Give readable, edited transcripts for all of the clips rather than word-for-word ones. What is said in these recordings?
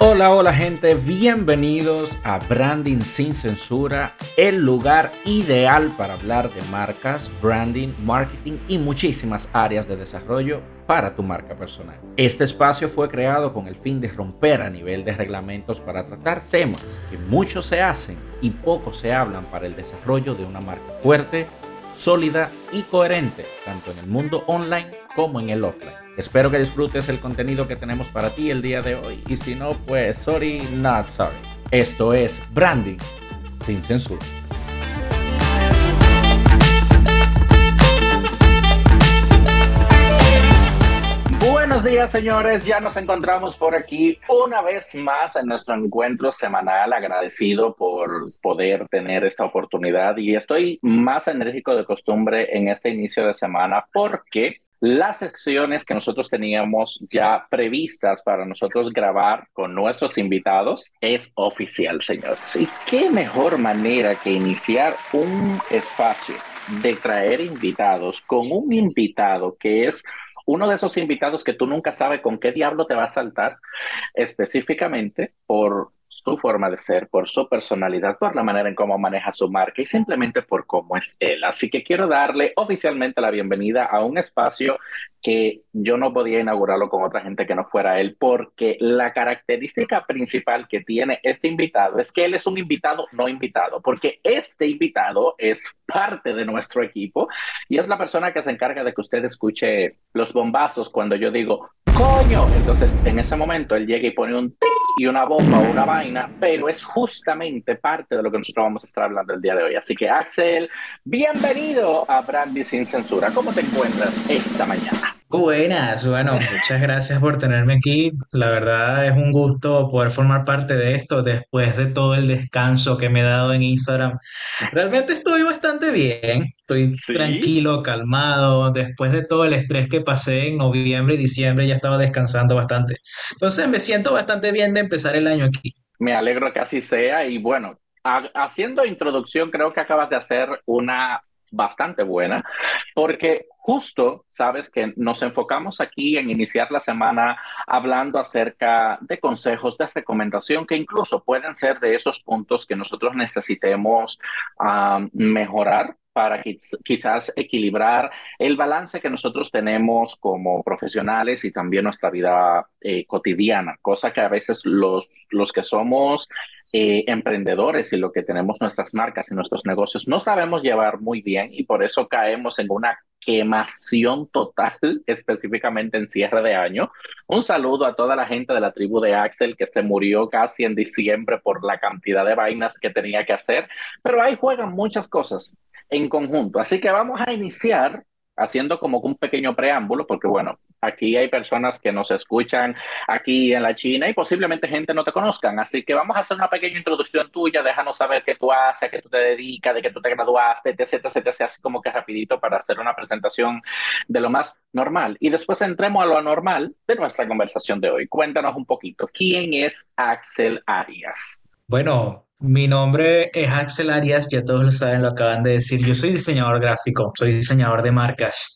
Hola, hola gente, bienvenidos a Branding sin Censura, el lugar ideal para hablar de marcas, branding, marketing y muchísimas áreas de desarrollo para tu marca personal. Este espacio fue creado con el fin de romper a nivel de reglamentos para tratar temas que muchos se hacen y pocos se hablan para el desarrollo de una marca fuerte, sólida y coherente, tanto en el mundo online como en el offline. Espero que disfrutes el contenido que tenemos para ti el día de hoy y si no, pues sorry, not sorry. Esto es Branding sin Censura. Buenos días, señores. Ya nos encontramos por aquí una vez más en nuestro encuentro semanal. Agradecido por poder tener esta oportunidad y estoy más enérgico de costumbre en este inicio de semana porque las secciones que nosotros teníamos ya previstas para nosotros grabar con nuestros invitados es oficial, señores. Y qué mejor manera que iniciar un espacio de traer invitados con un invitado que es uno de esos invitados que tú nunca sabes con qué diablo te va a saltar, específicamente por su forma de ser, por su personalidad, por la manera en cómo maneja su marca y simplemente por cómo es él. Así que quiero darle oficialmente la bienvenida a un espacio que yo no podía inaugurarlo con otra gente que no fuera él, porque la característica principal que tiene este invitado es que él es un invitado no invitado, porque este invitado es parte de nuestro equipo y es la persona que se encarga de que usted escuche los bombazos cuando yo digo ¡coño! Entonces, en ese momento él llega y pone un tic y una bomba o una vaina, pero es justamente parte de lo que nosotros vamos a estar hablando el día de hoy. Así que, Axel, bienvenido a Brandy Sin Censura. ¿Cómo te encuentras esta mañana? Buenas, bueno, muchas gracias por tenerme aquí. La verdad es un gusto poder formar parte de esto después de todo el descanso que me he dado en Instagram. Realmente estoy bastante bien, estoy Sí, tranquilo, calmado. Después de todo el estrés que pasé en noviembre y diciembre, ya estaba descansando bastante. Entonces me siento bastante bien de empezar el año aquí. me alegro que así sea y bueno, haciendo introducción creo que acabas de hacer una bastante buena porque justo sabes que nos enfocamos aquí en iniciar la semana hablando acerca de consejos de recomendación que incluso pueden ser de esos puntos que nosotros necesitemos mejorar para quizás equilibrar el balance que nosotros tenemos como profesionales y también nuestra vida cotidiana, cosa que a veces los que somos emprendedores y lo que tenemos nuestras marcas y nuestros negocios no sabemos llevar muy bien y por eso caemos en una quemación total, específicamente en cierre de año. Un saludo a toda la gente de la tribu de Axel que se murió casi en diciembre por la cantidad de vainas que tenía que hacer, pero ahí juegan muchas cosas en conjunto. Así que vamos a iniciar haciendo como un pequeño preámbulo, porque bueno, aquí hay personas que nos escuchan aquí en la China y posiblemente gente no te conozcan. Así que vamos a hacer una pequeña introducción tuya, déjanos saber qué tú haces, a qué tú te dedicas, de qué tú te graduaste, etc, etc, etc, así como que rapidito para hacer una presentación de lo más normal. Y después entremos a lo anormal de nuestra conversación de hoy. Cuéntanos un poquito, ¿quién es Axel Arias? Bueno, mi nombre es Axel Arias, ya todos lo saben, lo acaban de decir. Yo soy diseñador gráfico, soy diseñador de marcas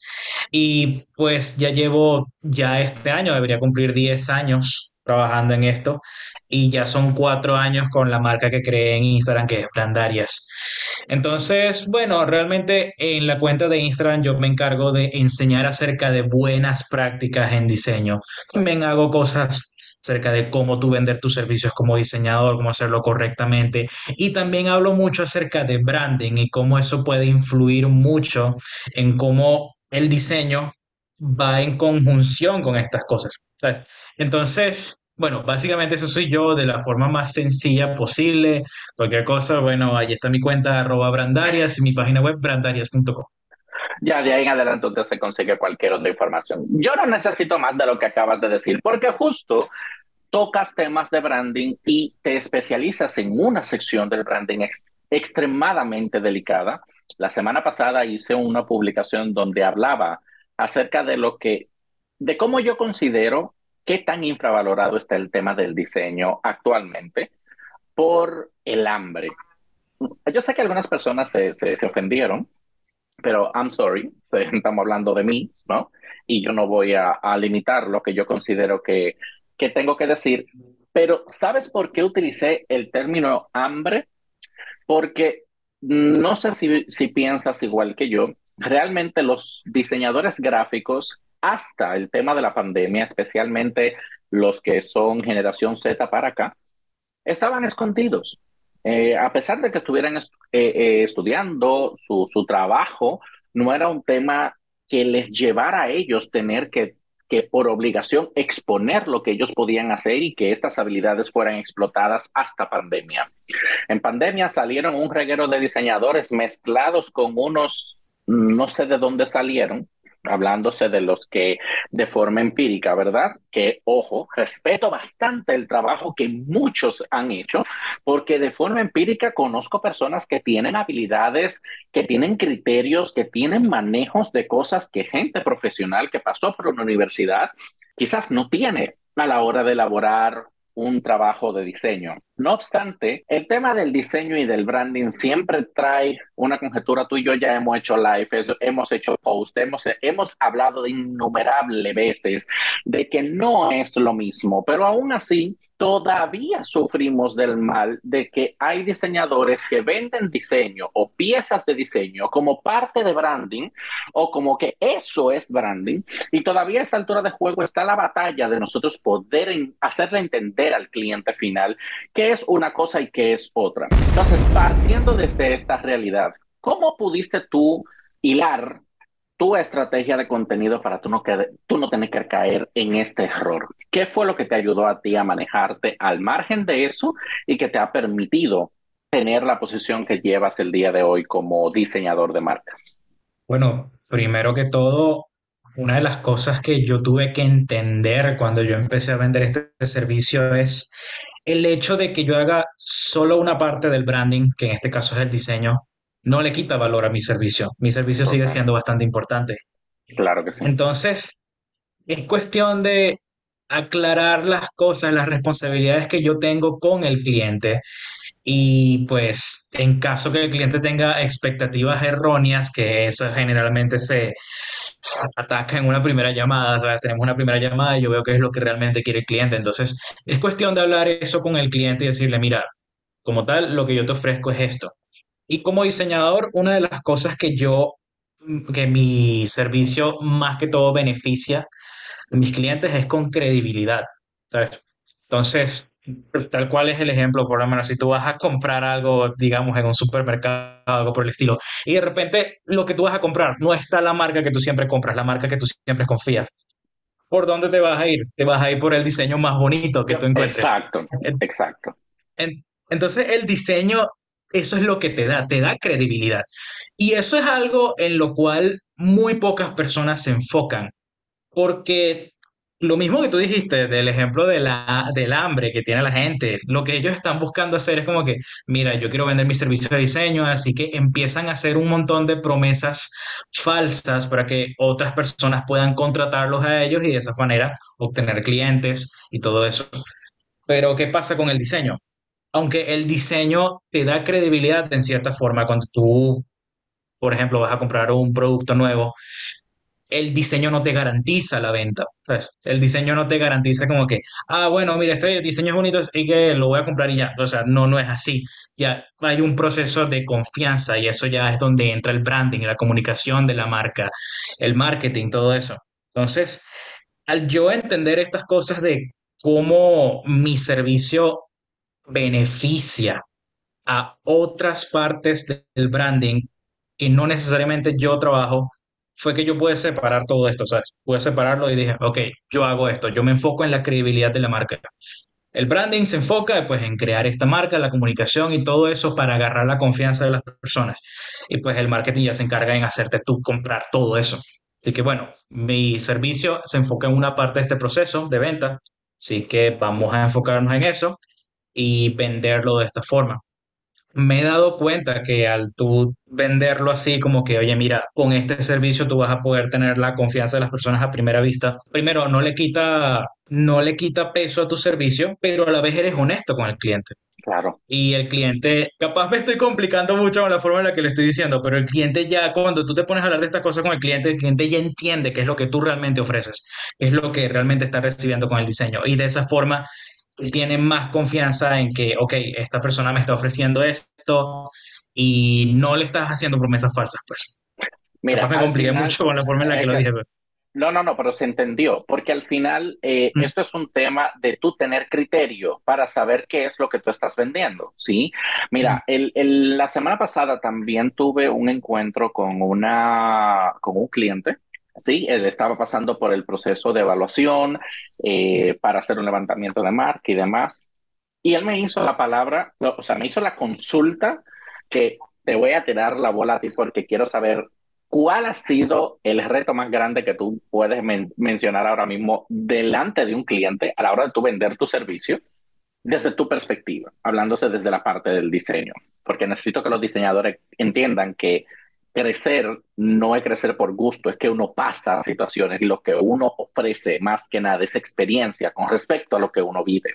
y pues ya llevo, ya este año debería cumplir 10 años trabajando en esto y ya son 4 años con la marca que creé en Instagram que es Brandarias. Entonces, bueno, realmente en la cuenta de Instagram yo me encargo de enseñar acerca de buenas prácticas en diseño. También hago cosas acerca de cómo tú vender tus servicios como diseñador, cómo hacerlo correctamente. Y también hablo mucho acerca de branding y cómo eso puede influir mucho en cómo el diseño va en conjunción con estas cosas, ¿sabes? Entonces, bueno, básicamente eso soy yo de la forma más sencilla posible. Cualquier cosa, bueno, ahí está mi cuenta @brandarias y mi página web brandarias.com. Ya de ahí en adelante usted se consigue cualquier otra información. Yo no necesito más de lo que acabas de decir, porque justo tocas temas de branding y te especializas en una sección del branding extremadamente delicada. La semana pasada hice una publicación donde hablaba acerca de de cómo yo considero qué tan infravalorado está el tema del diseño actualmente por el hambre. Yo sé que algunas personas se ofendieron, pero I'm sorry, estamos hablando de mí, ¿no? Y yo no voy a limitar lo que yo considero que tengo que decir, Pero ¿sabes por qué utilicé el término hambre? Porque no sé si piensas igual que yo, realmente los diseñadores gráficos, hasta el tema de la pandemia, especialmente los que son generación Z para acá, estaban escondidos. A pesar de que estuvieran estudiando, su trabajo no era un tema que les llevara a ellos tener que por obligación exponer lo que ellos podían hacer y que estas habilidades fueran explotadas hasta pandemia. En pandemia salieron un reguero de diseñadores mezclados con unos, no sé de dónde salieron, hablándose de los que de forma empírica, ¿verdad? Que, ojo, respeto bastante el trabajo que muchos han hecho, porque de forma empírica conozco personas que tienen habilidades, que tienen criterios, que tienen manejos de cosas que gente profesional que pasó por una universidad quizás no tiene a la hora de elaborar un trabajo de diseño. No obstante, el tema del diseño y del branding siempre trae una conjetura. Tú y yo ya hemos hecho live, hemos hecho post, hemos hablado de innumerables veces de que no es lo mismo, pero aún así todavía sufrimos del mal de que hay diseñadores que venden diseño o piezas de diseño como parte de branding o como que eso es branding, y todavía a esta altura de juego está la batalla de nosotros poder hacerle entender al cliente final qué es una cosa y qué es otra. Entonces, partiendo desde esta realidad, ¿cómo pudiste tú hilar tu estrategia de contenido para tú no tener que caer en este error? ¿Qué fue lo que te ayudó a ti a manejarte al margen de eso y que te ha permitido tener la posición que llevas el día de hoy como diseñador de marcas? Bueno, primero que todo, una de las cosas que yo tuve que entender cuando yo empecé a vender este servicio es el hecho de que yo haga solo una parte del branding, que en este caso es el diseño, no le quita valor a mi servicio. Mi servicio sigue Total. siendo bastante importante. Claro que sí. Entonces, es cuestión de aclarar las cosas, las responsabilidades que yo tengo con el cliente y pues en caso que el cliente tenga expectativas erróneas, que eso generalmente se ataca en una primera llamada, ¿sabes? Tenemos una primera llamada y yo veo qué es lo que realmente quiere el cliente. Entonces, es cuestión de hablar eso con el cliente y decirle, mira, como tal, lo que yo te ofrezco es esto. Y como diseñador, una de las cosas que mi servicio más que todo beneficia a mis clientes es con credibilidad, ¿sabes? Entonces, tal cual es el ejemplo, por lo menos si tú vas a comprar algo, digamos, en un supermercado, algo por el estilo, y de repente lo que tú vas a comprar no está la marca que tú siempre compras, la marca que tú siempre confías. ¿Por dónde te vas a ir? Te vas a ir por el diseño más bonito que tú encuentres. Exacto, En- exacto. Entonces, el diseño, eso es lo que te da credibilidad. Y eso es algo en lo cual muy pocas personas se enfocan. Porque lo mismo que tú dijiste del ejemplo del hambre que tiene la gente, lo que ellos están buscando hacer es como que, mira, yo quiero vender mi servicio de diseño, así que empiezan a hacer un montón de promesas falsas para que otras personas puedan contratarlos a ellos y de esa manera obtener clientes y todo eso. Pero, ¿qué pasa con el diseño? Aunque el diseño te da credibilidad en cierta forma, cuando tú, por ejemplo, vas a comprar un producto nuevo, el diseño no te garantiza la venta. ¿Sabes? El diseño no te garantiza como que, bueno, mira, este diseño es bonito y que lo voy a comprar y ya. O sea, no, no es así. Ya hay un proceso de confianza y eso ya es donde entra el branding, la comunicación de la marca, el marketing, todo eso. Entonces, al yo entender estas cosas de cómo mi servicio beneficia a otras partes del branding y no necesariamente yo trabajo, fue que yo pude separar todo esto, ¿sabes? Pude separarlo y dije, ok, yo hago esto, yo me enfoco en la credibilidad de la marca. El branding se enfoca pues en crear esta marca, la comunicación y todo eso para agarrar la confianza de las personas. Y pues el marketing ya se encarga en hacerte tú comprar todo eso. Así que bueno, mi servicio se enfoca en una parte de este proceso de venta, así que vamos a enfocarnos en eso y venderlo de esta forma. Me he dado cuenta que al tú venderlo así como que, oye, mira, con este servicio tú vas a poder tener la confianza de las personas a primera vista. Primero, no le quita peso a tu servicio, pero a la vez eres honesto con el cliente. Claro. Y el cliente, capaz me estoy complicando mucho con la forma en la que le estoy diciendo, pero el cliente ya, cuando tú te pones a hablar de estas cosas con el cliente ya entiende qué es lo que tú realmente ofreces, qué es lo que realmente está recibiendo con el diseño. Y de esa forma tienen más confianza en que, ok, esta persona me está ofreciendo esto y no le estás haciendo promesas falsas, pues. Mira, Capaz me al compliqué final, mucho con la forma en la que lo dije, pero... no, no, no, pero se entendió, porque al final Mm, esto es un tema de tú tener criterio para saber qué es lo que tú estás vendiendo, ¿sí? mm, Mira, la semana pasada también tuve un encuentro con un cliente, ¿sí? Él estaba pasando por el proceso de evaluación para hacer un levantamiento de marca y demás, y él me hizo la palabra, no, o sea, me hizo la consulta que te voy a tirar la bola a ti porque quiero saber cuál ha sido el reto más grande que tú puedes mencionar ahora mismo delante de un cliente a la hora de tú vender tu servicio desde tu perspectiva, hablándose desde la parte del diseño, porque necesito que los diseñadores entiendan que crecer no es crecer por gusto, es que uno pasa a situaciones y lo que uno ofrece más que nada es experiencia con respecto a lo que uno vive.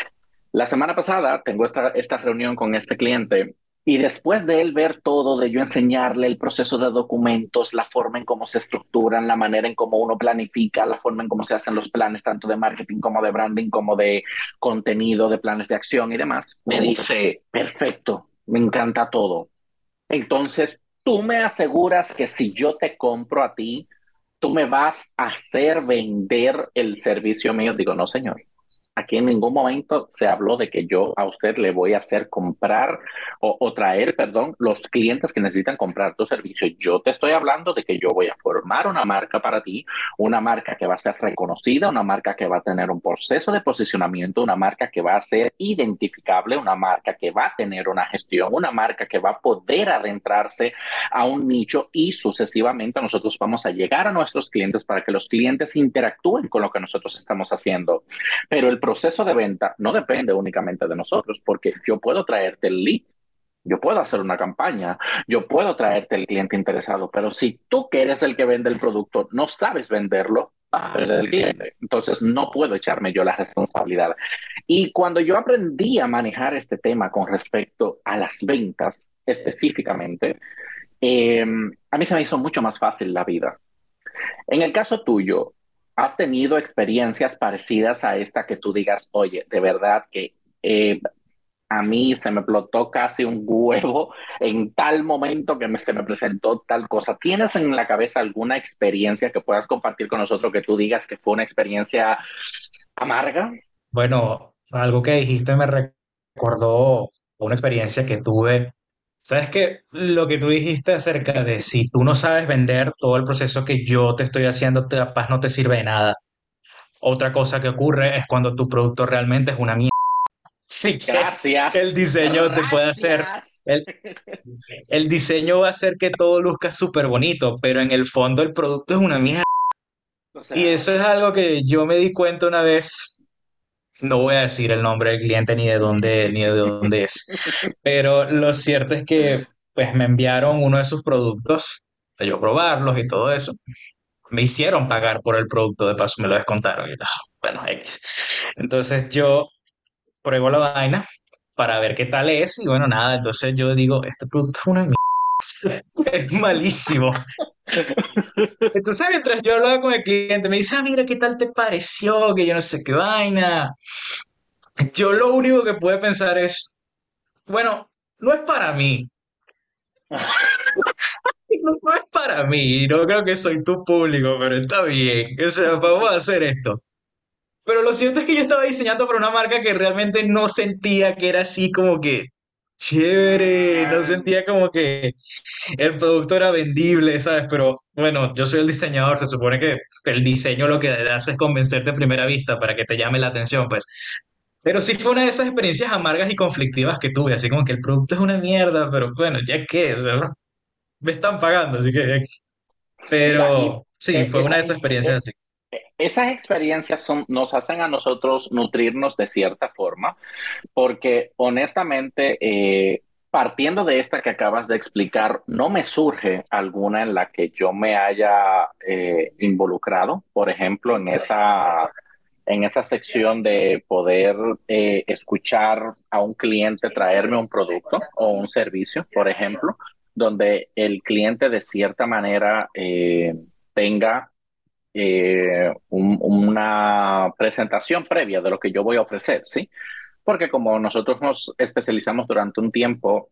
La semana pasada tengo esta reunión con este cliente y después de él ver todo, de yo enseñarle el proceso de documentos, la forma en cómo se estructuran, la manera en cómo uno planifica, la forma en cómo se hacen los planes, tanto de marketing como de branding, como de contenido, de planes de acción y demás, me dice, perfecto, me encanta todo. Entonces, tú me aseguras que si yo te compro a ti, tú me vas a hacer vender el servicio mío. Digo, no, señor. Aquí en ningún momento se habló de que yo a usted le voy a hacer comprar o traer, perdón, los clientes que necesitan comprar tu servicio. Yo te estoy hablando de que yo voy a formar una marca para ti, una marca que va a ser reconocida, una marca que va a tener un proceso de posicionamiento, una marca que va a ser identificable, una marca que va a tener una gestión, una marca que va a poder adentrarse a un nicho y sucesivamente nosotros vamos a llegar a nuestros clientes para que los clientes interactúen con lo que nosotros estamos haciendo. Pero el proceso de venta no depende únicamente de nosotros, porque yo puedo traerte el lead, yo puedo hacer una campaña, yo puedo traerte el cliente interesado, pero si tú que eres el que vende el producto no sabes venderlo, vas a perder el cliente. Entonces no puedo echarme yo la responsabilidad. Y cuando yo aprendí a manejar este tema con respecto a las ventas específicamente, eh, a mí se me hizo mucho más fácil la vida. En el caso tuyo, ¿has tenido experiencias parecidas a esta que tú digas, oye, de verdad que a mí se me explotó casi un huevo en tal momento que se me presentó tal cosa? ¿Tienes en la cabeza alguna experiencia que puedas compartir con nosotros que tú digas que fue una experiencia amarga? Bueno, algo que dijiste me recordó una experiencia que tuve. ¿Sabes qué? Lo que tú dijiste acerca de si tú no sabes vender todo el proceso que yo te estoy haciendo, capaz no te sirve de nada. Otra cosa que ocurre es cuando tu producto realmente es una mierda. Sí que el Gracias, diseño te puede hacer, gracias. el, el diseño va a hacer que todo luzca súper bonito, pero en el fondo el producto es una mierda. O Y sea, eso es algo que yo me di cuenta una vez. No voy a decir el nombre del cliente ni de dónde es, pero lo cierto es que pues me enviaron uno de sus productos, para yo probarlos y todo eso. Me hicieron pagar por el producto, de paso me lo descontaron. Y, bueno, X. Entonces yo pruebo la vaina para ver qué tal es y bueno, nada, entonces yo digo, este producto es una mierda, es malísimo. Entonces mientras yo hablaba con el cliente, me dice, ah, mira, ¿qué tal te pareció? Que yo no sé qué vaina. Yo lo único que pude pensar es, bueno, no es para mí, no es para mí, no creo que soy tu público, pero está bien, o sea, vamos a hacer esto. Pero lo cierto es que yo estaba diseñando para una marca que realmente no sentía que era así como que chévere, no sentía como que el producto era vendible, ¿sabes? Pero bueno, yo soy el diseñador, se supone que el diseño lo que hace es convencerte a primera vista para que te llame la atención, pues. Pero sí fue una de esas experiencias amargas y conflictivas que tuve, así como que el producto es una mierda, pero bueno, ya qué, o sea, me están pagando, así que ya qué. Mira, y Pero sí, fue una de esas experiencias así. esas experiencias nos hacen a nosotros nutrirnos de cierta forma, porque honestamente, partiendo de esta que acabas de explicar, no me surge alguna en la que yo me haya involucrado, por ejemplo, en esa sección de poder escuchar a un cliente traerme un producto o un servicio, por ejemplo, donde el cliente de cierta manera tenga una presentación previa de lo que yo voy a ofrecer, ¿sí? Porque como nosotros nos especializamos durante un tiempo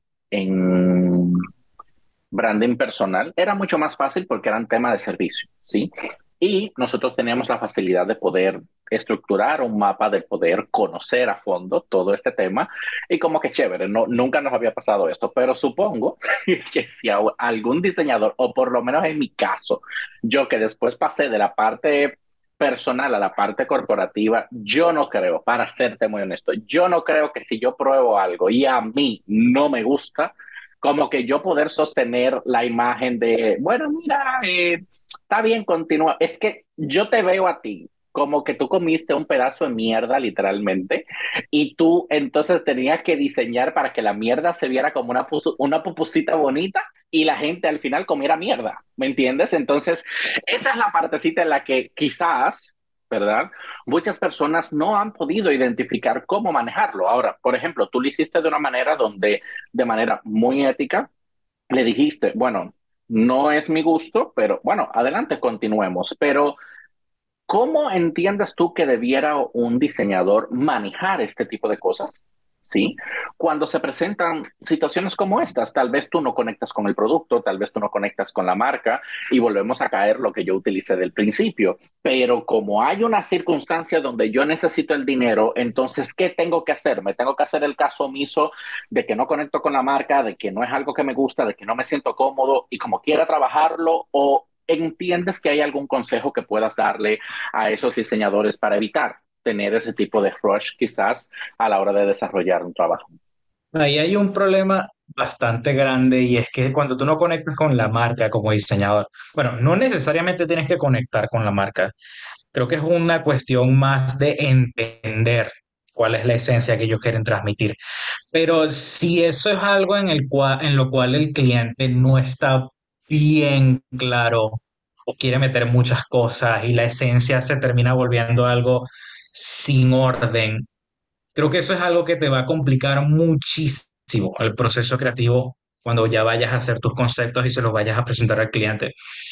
en branding personal, era mucho más fácil porque eran temas de servicio, ¿sí? Y nosotros teníamos la facilidad de poder estructurar un mapa, de poder conocer a fondo todo este tema y como que chévere, no, nunca nos había pasado esto, pero supongo que si a algún diseñador, o por lo menos en mi caso, yo que después pasé de la parte personal a la parte corporativa, yo no creo, para serte muy honesto, yo no creo que si yo pruebo algo y a mí no me gusta, como que yo poder sostener la imagen de, bueno, mira, está bien, continúa. Es que yo te veo a ti como que tú comiste un pedazo de mierda, literalmente, y tú entonces tenías que diseñar para que la mierda se viera como una pupusita bonita y la gente al final comiera mierda, ¿me entiendes? Entonces, esa es la partecita en la que quizás, ¿verdad? Muchas personas no han podido identificar cómo manejarlo. Ahora, por ejemplo, tú lo hiciste de una manera donde de manera muy ética, le dijiste, bueno, no es mi gusto, pero bueno, adelante, continuemos. Pero ¿cómo entiendes tú que debiera un diseñador manejar este tipo de cosas? ¿Sí? Cuando se presentan situaciones como estas, tal vez tú no conectas con el producto, tal vez tú no conectas con la marca y volvemos a caer lo que yo utilicé del principio. Pero como hay una circunstancia donde yo necesito el dinero, entonces, ¿qué tengo que hacer? ¿Me tengo que hacer el caso omiso de que no conecto con la marca, de que no es algo que me gusta, de que no me siento cómodo y como quiera trabajarlo? ¿O entiendes que hay algún consejo que puedas darle a esos diseñadores para evitar tener ese tipo de rush quizás a la hora de desarrollar un trabajo? Ahí hay un problema bastante grande y es que cuando tú no conectas con la marca como diseñador, bueno, no necesariamente tienes que conectar con la marca. Creo que es una cuestión más de entender cuál es la esencia que ellos quieren transmitir. Pero si eso es algo en lo cual el cliente no está bien claro o quiere meter muchas cosas y la esencia se termina volviendo algo sin orden, creo que eso es algo que te va a complicar muchísimo el proceso creativo cuando ya vayas a hacer tus conceptos y se los vayas a presentar al cliente.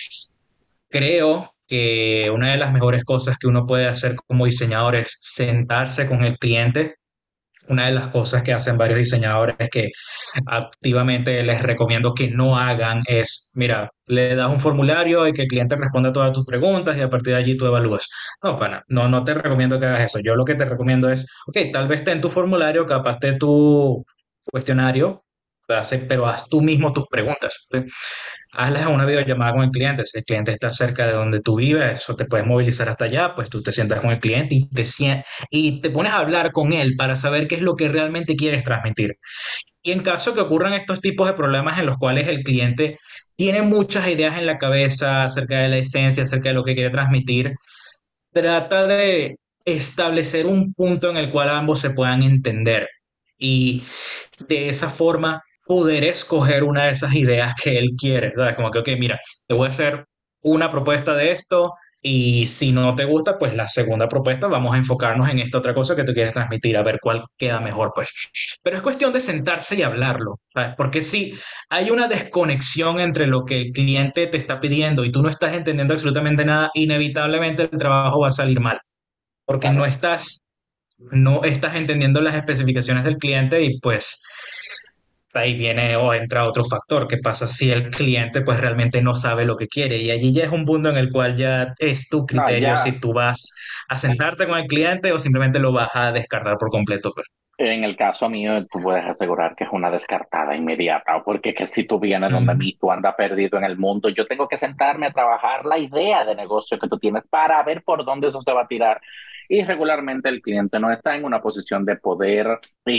Creo que una de las mejores cosas que uno puede hacer como diseñador es sentarse con el cliente. Una de las cosas que hacen varios diseñadores que activamente les recomiendo que no hagan es, mira, le das un formulario y que el cliente responda a todas tus preguntas y a partir de allí tú evalúas. No, pana, no, no te recomiendo que hagas eso. Yo lo que te recomiendo es, ok, tal vez esté en tu formulario, capaz de tu cuestionario, pero haz tú mismo tus preguntas. ¿Sí? Hazlas en una videollamada con el cliente. Si el cliente está cerca de donde tú vives o te puedes movilizar hasta allá, pues tú te sientas con el cliente y te pones a hablar con él para saber qué es lo que realmente quieres transmitir. Y en caso que ocurran estos tipos de problemas en los cuales el cliente tiene muchas ideas en la cabeza acerca de la esencia, acerca de lo que quiere transmitir, trata de establecer un punto en el cual ambos se puedan entender y de esa forma poder escoger una de esas ideas que él quiere, ¿sabes? Como que, ok, mira, te voy a hacer una propuesta de esto y si no te gusta, pues la segunda propuesta vamos a enfocarnos en esta otra cosa que tú quieres transmitir, a ver cuál queda mejor, pues. Pero es cuestión de sentarse y hablarlo, ¿sabes? Porque si hay una desconexión entre lo que el cliente te está pidiendo y tú no estás entendiendo absolutamente nada, inevitablemente el trabajo va a salir mal, porque Claro. no estás entendiendo las especificaciones del cliente y pues ahí viene o entra otro factor. ¿Qué pasa si el cliente pues realmente no sabe lo que quiere? Y allí ya es un punto en el cual ya es tu No, criterio ya si tú vas a sentarte con el cliente o simplemente lo vas a descartar por completo, pues. en el caso mío, tú puedes asegurar que es una descartada inmediata, porque que si tú vienes donde Mm. mí, tú andas perdido en el mundo, yo tengo que sentarme a trabajar la idea de negocio que tú tienes para ver por dónde eso se va a tirar. Y regularmente el cliente no está en una posición de poder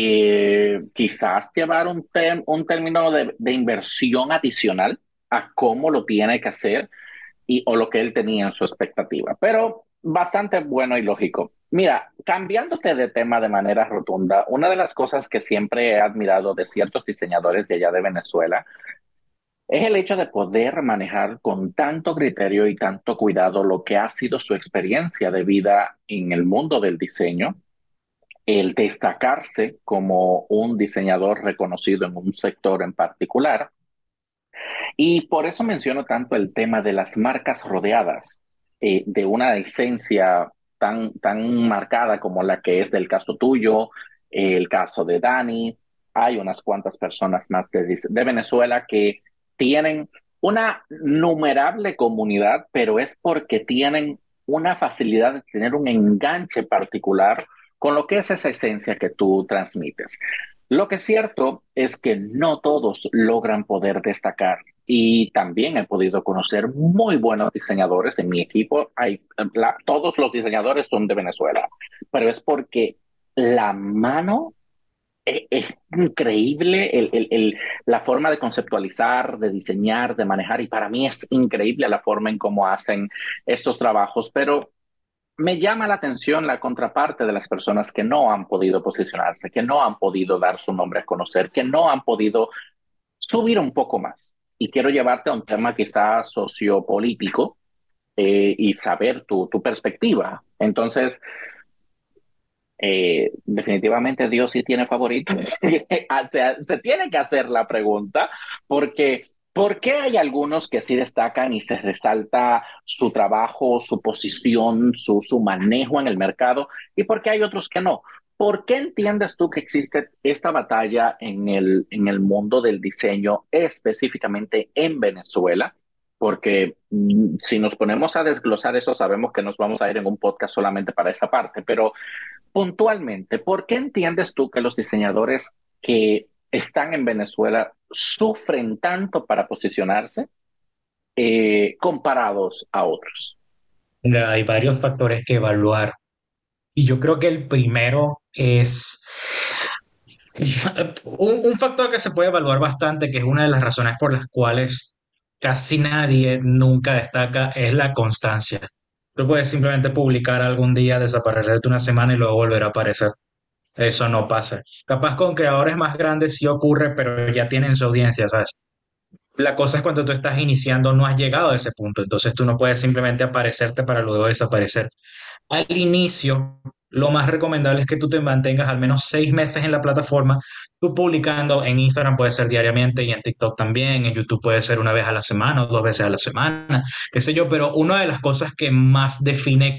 quizás llevar un término de inversión adicional a cómo lo tiene que hacer y, o lo que él tenía en su expectativa. Pero bastante bueno y lógico. Mira, cambiándote de tema de manera rotunda, una de las cosas que siempre he admirado de ciertos diseñadores de allá de Venezuela es el hecho de poder manejar con tanto criterio y tanto cuidado lo que ha sido su experiencia de vida en el mundo del diseño, el destacarse como un diseñador reconocido en un sector en particular. Y por eso menciono tanto el tema de las marcas rodeadas. de una esencia tan marcada como la que es del caso tuyo, el caso de Dani. Hay unas cuantas personas más de Venezuela que tienen una numerable comunidad, pero es porque tienen una facilidad de tener un enganche particular con lo que es esa esencia que tú transmites. Lo que es cierto es que no todos logran poder destacar y también he podido conocer muy buenos diseñadores en mi equipo. Todos los diseñadores son de Venezuela, pero es porque la mano es increíble, la forma de conceptualizar, de diseñar, de manejar, y para mí es increíble la forma en cómo hacen estos trabajos, pero me llama la atención la contraparte de las personas que no han podido posicionarse, que no han podido dar su nombre a conocer, que no han podido subir un poco más. Y quiero llevarte a un tema quizás sociopolítico y saber tu perspectiva. Entonces, definitivamente Dios sí tiene favoritos. Se tiene que hacer la pregunta porque ¿por qué hay algunos que sí destacan y se resalta su trabajo, su posición, su manejo en el mercado y por qué hay otros que no? ¿Por qué entiendes tú que existe esta batalla en el mundo del diseño, específicamente en Venezuela? Porque si nos ponemos a desglosar eso, sabemos que nos vamos a ir en un podcast solamente para esa parte, pero puntualmente, ¿por qué entiendes tú que los diseñadores que están en Venezuela sufren tanto para posicionarse comparados a otros? Mira, hay varios factores que evaluar. Y yo creo que el primero es un factor que se puede evaluar bastante, que es una de las razones por las cuales casi nadie nunca destaca, es la constancia. Tú puedes simplemente publicar algún día, desaparecerte una semana y luego volver a aparecer. Eso no pasa. Capaz con creadores más grandes sí ocurre, pero ya tienen su audiencia, ¿sabes? La cosa es cuando tú estás iniciando, no has llegado a ese punto, entonces tú no puedes simplemente aparecerte para luego desaparecer. Al inicio, lo más recomendable es que tú te mantengas al menos 6 meses en la plataforma, tú publicando en Instagram puede ser diariamente y en TikTok también, en YouTube puede ser una vez a la semana o 2 veces a la semana, qué sé yo, pero una de las cosas que más define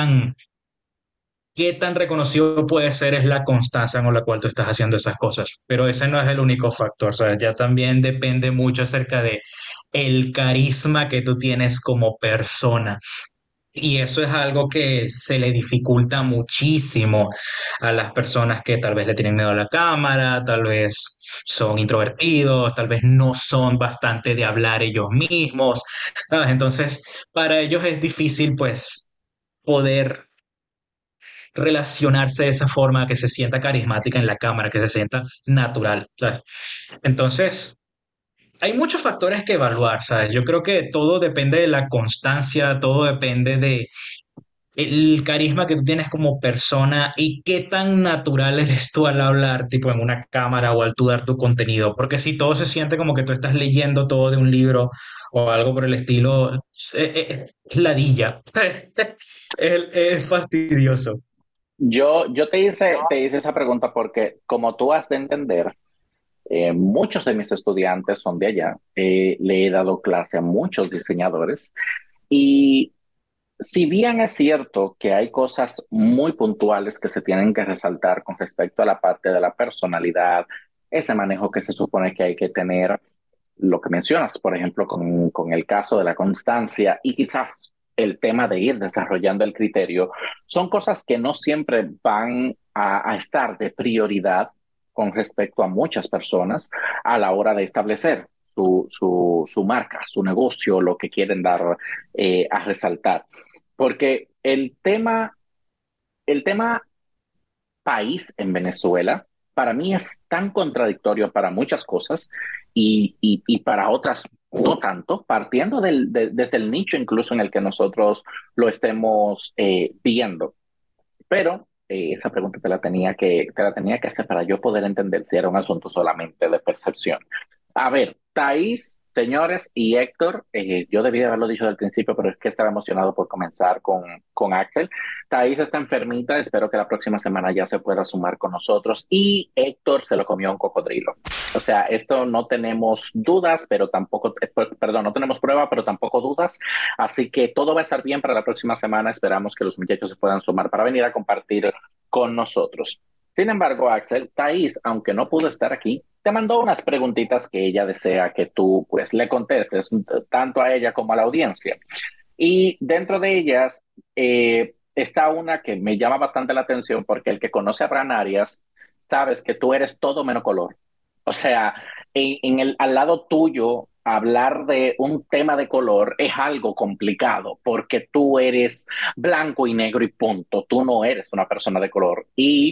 qué tan reconocido puede ser es la constancia con la cual tú estás haciendo esas cosas. Pero ese no es el único factor, ¿sabes? Ya también depende mucho acerca de el carisma que tú tienes como persona. Y eso es algo que se le dificulta muchísimo a las personas que tal vez le tienen miedo a la cámara, tal vez son introvertidos, tal vez no son bastante de hablar ellos mismos, ¿sabes? Entonces, para ellos es difícil, pues, poder relacionarse de esa forma, que se sienta carismática en la cámara, que se sienta natural, ¿sabes? Entonces, hay muchos factores que evaluar, ¿sabes? Yo creo que todo depende de la constancia, todo depende de el carisma que tú tienes como persona y qué tan natural eres tú al hablar, tipo en una cámara o al tú dar tu contenido. Porque si todo se siente como que tú estás leyendo todo de un libro o algo por el estilo, es ladilla. Es fastidioso. Yo te hice esa pregunta porque, como tú has de entender, muchos de mis estudiantes son de allá. Le he dado clase a muchos diseñadores y si bien es cierto que hay cosas muy puntuales que se tienen que resaltar con respecto a la parte de la personalidad, ese manejo que se supone que hay que tener, lo que mencionas, por ejemplo, con el caso de la constancia y quizás el tema de ir desarrollando el criterio, son cosas que no siempre van a estar de prioridad con respecto a muchas personas a la hora de establecer su marca, su negocio, lo que quieren dar a resaltar. Porque el tema país en Venezuela, para mí es tan contradictorio para muchas cosas y para otras no tanto, partiendo desde el nicho incluso en el que nosotros lo estemos viendo. Pero esa pregunta te la tenía que hacer para yo poder entender si era un asunto solamente de percepción. A ver, Thaís, señores, y Héctor, yo debí de haberlo dicho del principio, pero es que estaba emocionado por comenzar con Axel. Thaís está enfermita, espero que la próxima semana ya se pueda sumar con nosotros. Y Héctor se lo comió un cocodrilo. O sea, esto no tenemos dudas, pero tampoco, perdón, no tenemos prueba, pero tampoco dudas. Así que todo va a estar bien para la próxima semana. Esperamos que los muchachos se puedan sumar para venir a compartir con nosotros. Sin embargo, Axel, Thais, aunque no pudo estar aquí, te mandó unas preguntitas que ella desea que tú pues le contestes tanto a ella como a la audiencia. Y dentro de ellas está una que me llama bastante la atención porque el que conoce a Bran Arias, sabes que tú eres todo menos color. O sea, al lado tuyo, hablar de un tema de color es algo complicado porque tú eres blanco y negro y punto. Tú no eres una persona de color. Y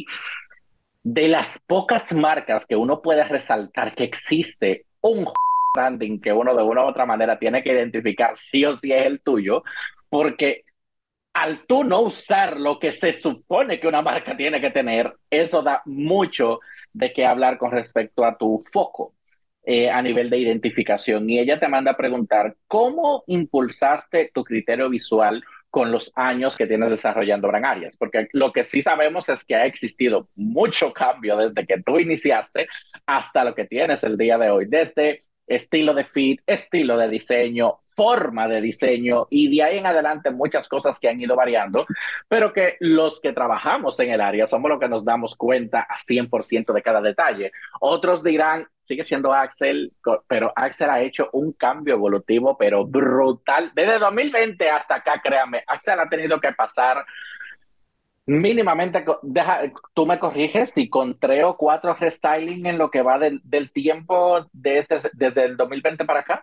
de las pocas marcas que uno puede resaltar que existe un branding que uno de una u otra manera tiene que identificar sí o sí es el tuyo, porque al tú no usar lo que se supone que una marca tiene que tener, eso da mucho de qué hablar con respecto a tu foco a nivel de identificación. Y ella te manda a preguntar, ¿cómo impulsaste tu criterio visual con los años que tienes desarrollando Brand Arias? Porque lo que sí sabemos es que ha existido mucho cambio desde que tú iniciaste hasta lo que tienes el día de hoy, desde estilo de feed, estilo de diseño, forma de diseño y de ahí en adelante muchas cosas que han ido variando, pero que los que trabajamos en el área somos los que nos damos cuenta a 100% de cada detalle. Otros dirán, sigue siendo Axel, pero Axel ha hecho un cambio evolutivo, pero brutal. Desde 2020 hasta acá, créame, Axel ha tenido que pasar mínimamente, tú me corriges si con 3 o 4 restyling en lo que va del tiempo desde el 2020 para acá,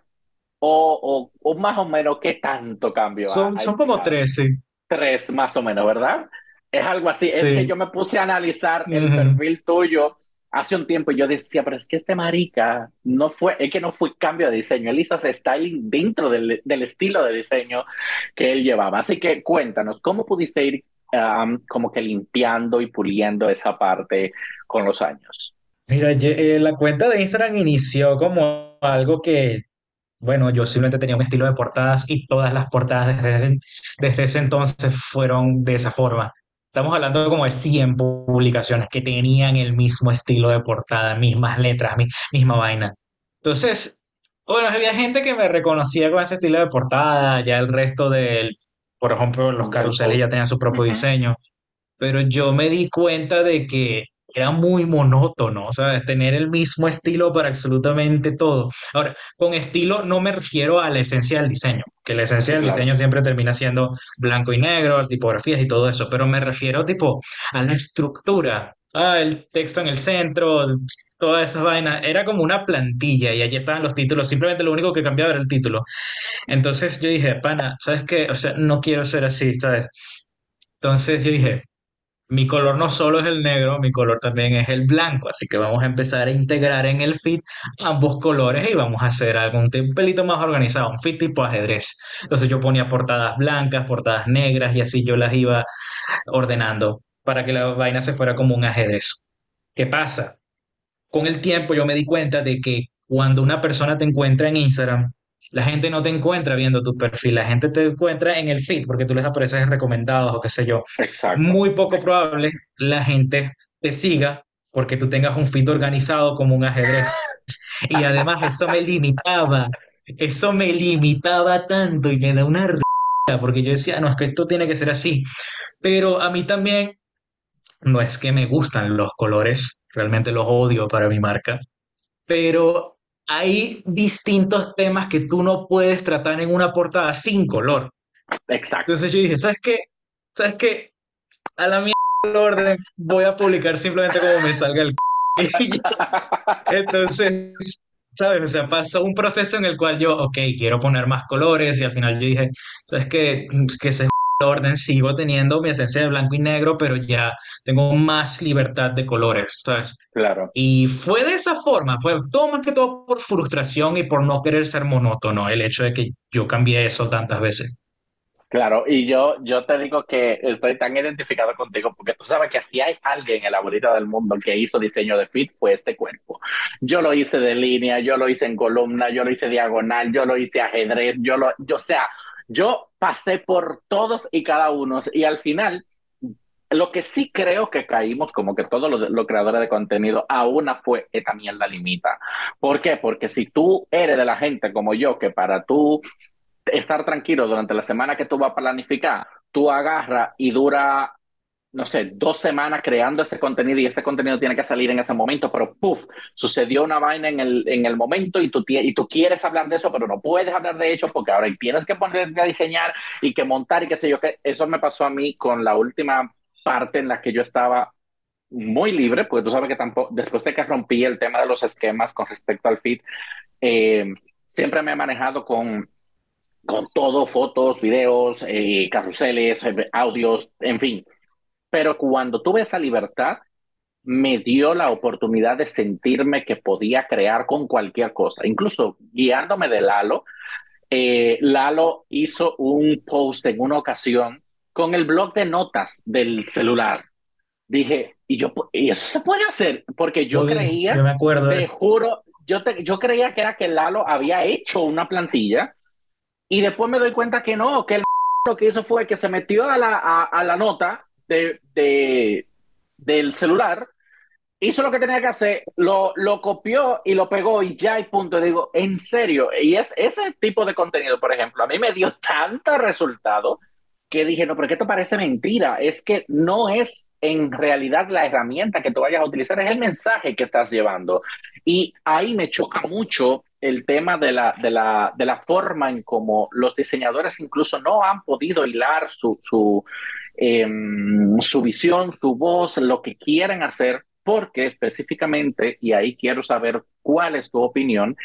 o más o menos qué tanto cambio ha Son como implicado. 13, 3 más o menos, ¿verdad? Es algo así. Es que sí. yo me puse a analizar el Ujú. perfil tuyo hace un tiempo y yo decía, pero es que este marica no fue, es que no fue cambio de diseño, él hizo restyling dentro del estilo de diseño que él llevaba. Así que cuéntanos, ¿cómo pudiste ir como que limpiando y puliendo esa parte con los años? Mira, la cuenta de Instagram inició como algo que, bueno, yo simplemente tenía un estilo de portadas y todas las portadas desde ese entonces fueron de esa forma. Estamos hablando como de 100 publicaciones que tenían el mismo estilo de portada, mismas letras, misma vaina. Entonces, bueno, había gente que me reconocía con ese estilo de portada, ya el resto por ejemplo, los Del carruseles ya post. tenían su propio Ujú. diseño, pero yo me di cuenta de que era muy monótono, ¿sabes? Tener el mismo estilo para absolutamente todo. Ahora, con estilo no me refiero a la esencia del diseño, que la esencia Sí, del diseño claro. siempre termina siendo blanco y negro, tipografías y todo eso, pero me refiero tipo a la estructura. Ah, el texto en el centro, todas esas vainas, era como una plantilla y allí estaban los títulos, simplemente lo único que cambiaba era el título. Entonces yo dije, pana, ¿sabes qué? O sea, no quiero ser así, ¿sabes? Entonces yo dije, mi color no solo es el negro, mi color también es el blanco, así que vamos a empezar a integrar en el feed ambos colores y vamos a hacer algo un pelito más organizado, un feed tipo ajedrez. Entonces yo ponía portadas blancas, portadas negras y así yo las iba ordenando para que la vaina se fuera como un ajedrez. ¿Qué pasa? Con el tiempo yo me di cuenta de que cuando una persona te encuentra en Instagram, la gente no te encuentra viendo tu perfil, la gente te encuentra en el feed porque tú les apareces en recomendados o qué sé yo. Exacto. Muy poco probable la gente te siga porque tú tengas un feed organizado como un ajedrez. Y además eso me limitaba tanto y me da una porque yo decía, no, es que esto tiene que ser así. Pero a mí también no es que me gustan los colores, realmente los odio para mi marca, pero hay distintos temas que tú no puedes tratar en una portada sin color. Exacto. Entonces yo dije, ¿sabes qué? ¿Sabes qué? A la mierda el orden, voy a publicar simplemente como me salga el y ya. Entonces, ¿sabes? O sea, pasó un proceso en el cual yo, ok, quiero poner más colores y al final yo dije, ¿sabes qué? Que se el orden, sigo teniendo mi esencia de blanco y negro, pero ya tengo más libertad de colores, ¿sabes? Claro. Y fue de esa forma, fue todo más que todo por frustración y por no querer ser monótono, el hecho de que yo cambié eso tantas veces. Claro, y yo te digo que estoy tan identificado contigo porque tú sabes que si hay alguien en la bolita del mundo que hizo diseño de fit fue este cuerpo. Yo lo hice de línea, yo lo hice en columna, yo lo hice diagonal, yo lo hice ajedrez, o sea, yo pasé por todos y cada uno y al final lo que sí creo que caímos, como que todos los creadores de contenido, a una fue esta mierda limita. ¿Por qué? Porque si tú eres de la gente como yo, que para tú estar tranquilo durante la semana que tú vas a planificar, tú agarras y dura, no sé, 2 semanas creando ese contenido y ese contenido tiene que salir en ese momento, pero ¡puf! Sucedió una vaina en el momento y tú quieres hablar de eso, pero no puedes hablar de eso porque ahora tienes que ponerte a diseñar y que montar y qué sé yo, que eso me pasó a mí con la última parte en la que yo estaba muy libre, porque tú sabes que tampoco, después de que rompí el tema de los esquemas con respecto al feed, eh, siempre me he manejado con todo, fotos, videos, carruseles, audios, en fin. Pero cuando tuve esa libertad, me dio la oportunidad de sentirme que podía crear con cualquier cosa, incluso guiándome de Lalo. Lalo hizo un post en una ocasión con el blog de notas del celular. Dije, y eso se puede hacer, porque yo Uy, yo creía, me acuerdo de te eso. juro, yo creía que era que Lalo había hecho una plantilla y después me doy cuenta que no, que el lo que hizo fue que se metió a la nota del celular, hizo lo que tenía que hacer, lo copió y lo pegó y ya y punto. Y digo, en serio, y es ese tipo de contenido, por ejemplo, a mí me dio tanto resultado que dije, no, pero ¿qué te parece mentira? Es que no es en realidad la herramienta que tú vayas a utilizar, es el mensaje que estás llevando. Y ahí me choca mucho el tema de la forma en cómo los diseñadores incluso no han podido hilar eh, su visión, su voz, lo que quieren hacer, porque específicamente, y ahí quiero saber cuál es tu opinión,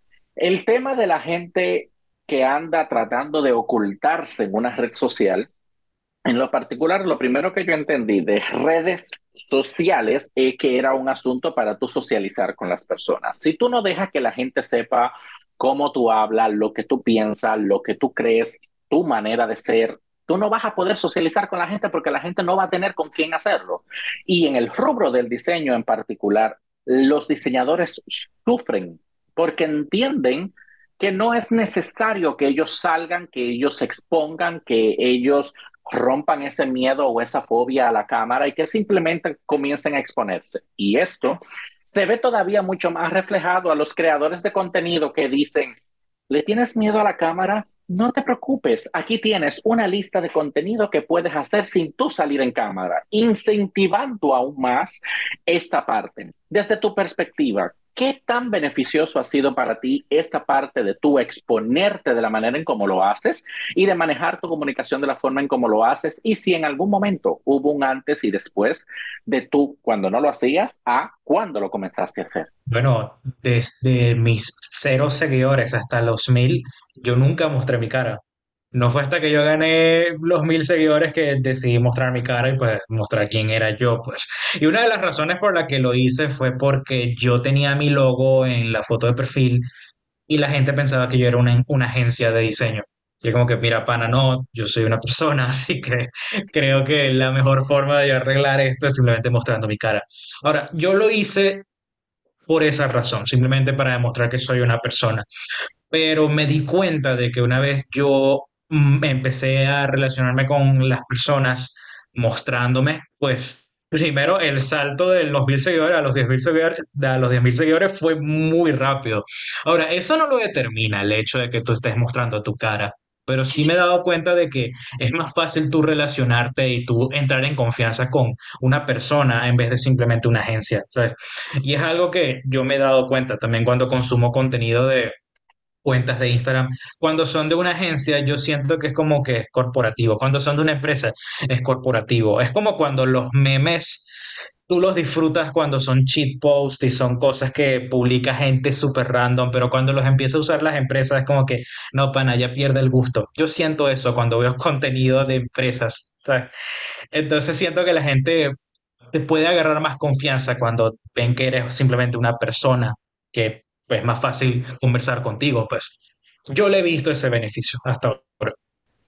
el tema de la gente que anda tratando de ocultarse en una red social, en lo particular, lo primero que yo entendí de redes sociales es que era un asunto para tú socializar con las personas. Si tú no dejas que la gente sepa cómo tú hablas, lo que tú piensas, lo que tú crees, tu manera de ser, tú no vas a poder socializar con la gente porque la gente no va a tener con quién hacerlo. Y en el rubro del diseño en particular, los diseñadores sufren porque entienden que no es necesario que ellos salgan, que ellos se expongan, que ellos rompan ese miedo o esa fobia a la cámara y que simplemente comiencen a exponerse. Y esto se ve todavía mucho más reflejado a los creadores de contenido que dicen, ¿le tienes miedo a la cámara? No te preocupes, aquí tienes una lista de contenido que puedes hacer sin tú salir en cámara, incentivando aún más esta parte. Desde tu perspectiva, ¿qué tan beneficioso ha sido para ti esta parte de tú exponerte de la manera en cómo lo haces y de manejar tu comunicación de la forma en cómo lo haces? Y si en algún momento hubo un antes y después de tú cuando no lo hacías a cuando lo comenzaste a hacer. Bueno, desde mis 0 seguidores hasta los 1000, yo nunca mostré mi cara. No fue hasta que yo gané los 1000 seguidores que decidí mostrar mi cara y pues mostrar quién era yo, pues. Y una de las razones por la que lo hice fue porque yo tenía mi logo en la foto de perfil y la gente pensaba que yo era una agencia de diseño. Y como que, mira, pana, no, yo soy una persona, así que creo que la mejor forma de yo arreglar esto es simplemente mostrando mi cara. Ahora, yo lo hice por esa razón, simplemente para demostrar que soy una persona. Pero me di cuenta de que una vez yo empecé a relacionarme con las personas mostrándome, pues primero el salto de los 1000 seguidores a los 10.000 seguidores, a los 10.000 seguidores fue muy rápido. Ahora, eso no lo determina el hecho de que tú estés mostrando tu cara. Pero sí me he dado cuenta de que es más fácil tú relacionarte y tú entrar en confianza con una persona en vez de simplemente una agencia, ¿sabes? Y es algo que yo me he dado cuenta también cuando consumo contenido de cuentas de Instagram. Cuando son de una agencia, yo siento que es como que es corporativo. Cuando son de una empresa, es corporativo. Es como cuando los memes, tú los disfrutas cuando son cheat posts y son cosas que publica gente súper random, pero cuando los empieza a usar las empresas es como que, no, pana, ya pierde el gusto. Yo siento eso cuando veo contenido de empresas, ¿sabes? Entonces siento que la gente te puede agarrar más confianza cuando ven que eres simplemente una persona que pues, es más fácil conversar contigo, pues yo le he visto ese beneficio hasta ahora.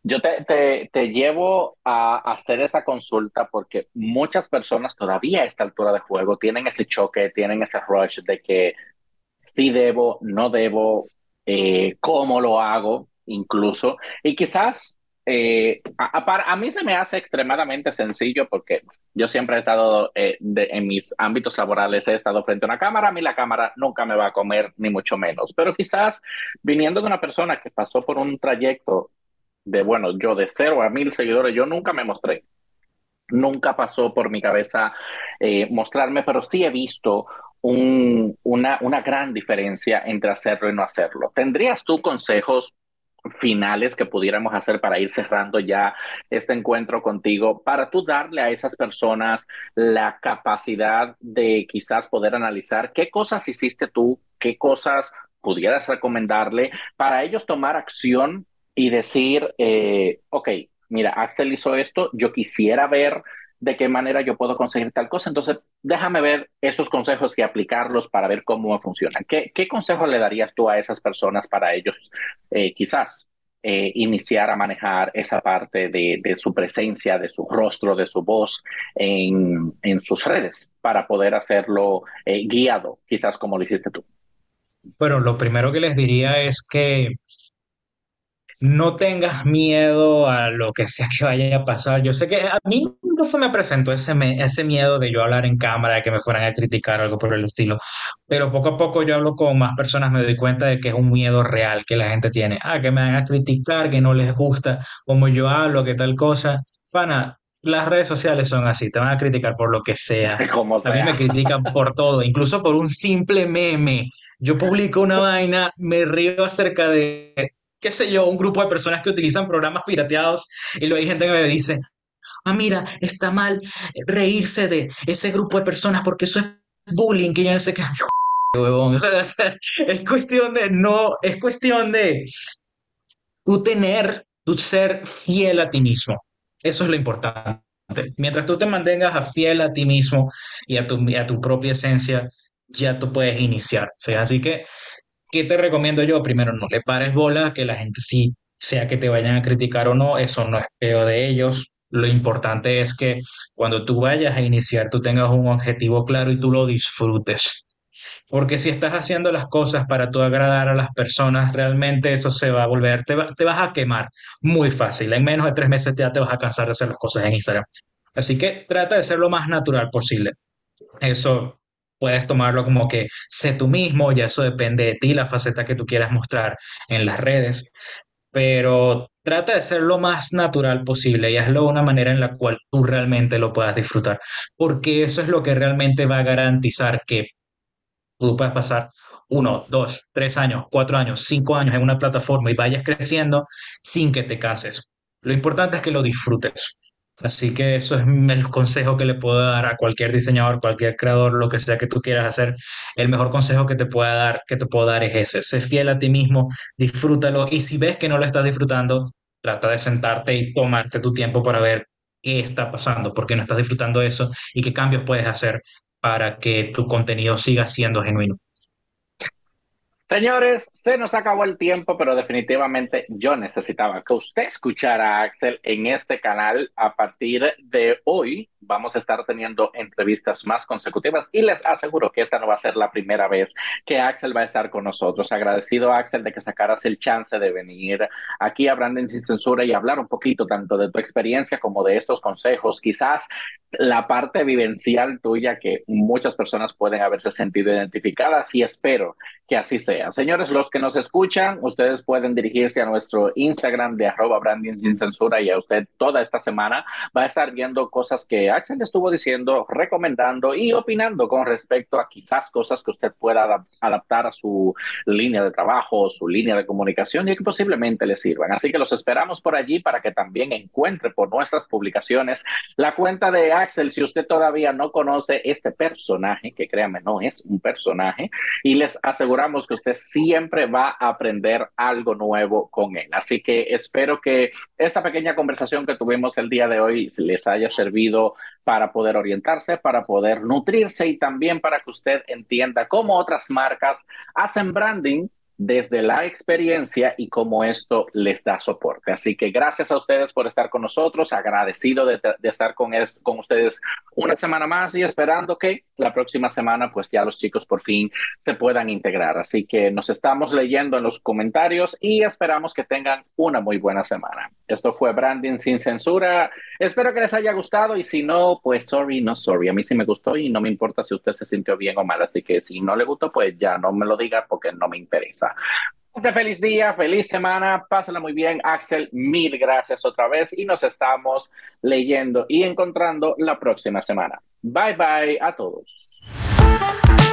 Yo te llevo a hacer esa consulta porque muchas personas todavía a esta altura de juego tienen ese choque, tienen ese rush de que sí debo, no debo, cómo lo hago, incluso. Y quizás a mí se me hace extremadamente sencillo porque yo siempre he estado en mis ámbitos laborales, he estado frente a una cámara, a mí la cámara nunca me va a comer, ni mucho menos. Pero quizás viniendo de una persona que pasó por un trayecto de, bueno, yo de 0 a 1,000 seguidores, yo nunca me mostré. Nunca pasó por mi cabeza mostrarme, pero sí he visto una gran diferencia entre hacerlo y no hacerlo. ¿Tendrías tú consejos finales que pudiéramos hacer para ir cerrando ya este encuentro contigo, para tú darle a esas personas la capacidad de quizás poder analizar qué cosas hiciste tú, qué cosas pudieras recomendarle para ellos tomar acción y decir, ok, mira, Axel hizo esto, yo quisiera ver de qué manera yo puedo conseguir tal cosa, entonces déjame ver estos consejos y aplicarlos para ver cómo funcionan. ¿Qué consejos le darías tú a esas personas para ellos quizás iniciar a manejar esa parte de su presencia, de su rostro, de su voz en sus redes para poder hacerlo guiado, quizás como lo hiciste tú? Bueno, lo primero que les diría es que no tengas miedo a lo que sea que vaya a pasar. Yo sé que a mí no se me presentó ese miedo de yo hablar en cámara, de que me fueran a criticar o algo por el estilo, pero poco a poco yo hablo con más personas, me doy cuenta de que es un miedo real que la gente tiene. Ah, que me van a criticar, que no les gusta cómo yo hablo, que tal cosa. Pana, las redes sociales son así, te van a criticar por lo que sea. Como A mí sea. me critican por todo, incluso por un simple meme. Yo publico una vaina, me río acerca de qué sé yo, un grupo de personas que utilizan programas pirateados y luego hay gente que me dice, ah, mira, está mal reírse de ese grupo de personas porque eso es bullying, que yo no sé qué, huevón. O sea, es cuestión de, no, es cuestión de tu ser fiel a ti mismo. Eso es lo importante. Mientras tú te mantengas a fiel a ti mismo y a tu propia esencia, ya tú puedes iniciar. ¿Sí? Así que ¿qué te recomiendo yo? Primero, no le pares bola, que la gente sí, sea que te vayan a criticar o no, eso no es peo de ellos. Lo importante es que cuando tú vayas a iniciar, tú tengas un objetivo claro y tú lo disfrutes. Porque si estás haciendo las cosas para tú agradar a las personas, realmente eso se va a volver, te vas a quemar muy fácil. En menos de 3 meses ya te vas a cansar de hacer las cosas en Instagram. Así que trata de ser lo más natural posible. Eso puedes tomarlo como que sé tú mismo, ya eso depende de ti, la faceta que tú quieras mostrar en las redes, pero trata de ser lo más natural posible y hazlo de una manera en la cual tú realmente lo puedas disfrutar, porque eso es lo que realmente va a garantizar que tú puedas pasar 1, 2, 3 años, 4 años, 5 años en una plataforma y vayas creciendo sin que te canses. Lo importante es que lo disfrutes. Así que eso es el consejo que le puedo dar a cualquier diseñador, cualquier creador, lo que sea que tú quieras hacer. El mejor consejo que te pueda dar, que te puedo dar es ese. Sé fiel a ti mismo, disfrútalo y si ves que no lo estás disfrutando, trata de sentarte y tomarte tu tiempo para ver qué está pasando, por qué no estás disfrutando eso y qué cambios puedes hacer para que tu contenido siga siendo genuino. Señores, se nos acabó el tiempo, pero definitivamente yo necesitaba que usted escuchara a Axel en este canal. A partir de hoy vamos a estar teniendo entrevistas más consecutivas y les aseguro que esta no va a ser la primera vez que Axel va a estar con nosotros. Agradecido, Axel, de que sacaras el chance de venir aquí a Branding Sin Censura y hablar un poquito tanto de tu experiencia como de estos consejos. Quizás la parte vivencial tuya que muchas personas pueden haberse sentido identificadas y espero que así sea. Señores, los que nos escuchan, ustedes pueden dirigirse a nuestro Instagram de @branding sin censura y a usted toda esta semana va a estar viendo cosas que Axel estuvo diciendo, recomendando y opinando con respecto a quizás cosas que usted pueda adaptar a su línea de trabajo, su línea de comunicación y que posiblemente le sirvan. Así que los esperamos por allí para que también encuentre por nuestras publicaciones la cuenta de Axel. Si usted todavía no conoce este personaje, que créanme, no es un personaje, y les aseguramos que usted siempre va a aprender algo nuevo con él. Así que espero que esta pequeña conversación que tuvimos el día de hoy les haya servido para poder orientarse, para poder nutrirse y también para que usted entienda cómo otras marcas hacen branding desde la experiencia y cómo esto les da soporte. Así que gracias a ustedes por estar con nosotros, agradecido de estar con ustedes una semana más y esperando que la próxima semana pues ya los chicos por fin se puedan integrar. Así que nos estamos leyendo en los comentarios y esperamos que tengan una muy buena semana. Esto fue Branding sin censura. Espero que les haya gustado y si no, pues sorry, no sorry. A mí sí me gustó y no me importa si usted se sintió bien o mal. Así que si no le gustó, pues ya no me lo diga porque no me interesa. Feliz día, feliz semana, pásala muy bien, Axel, mil gracias otra vez y nos estamos leyendo y encontrando la próxima semana. Bye bye a todos.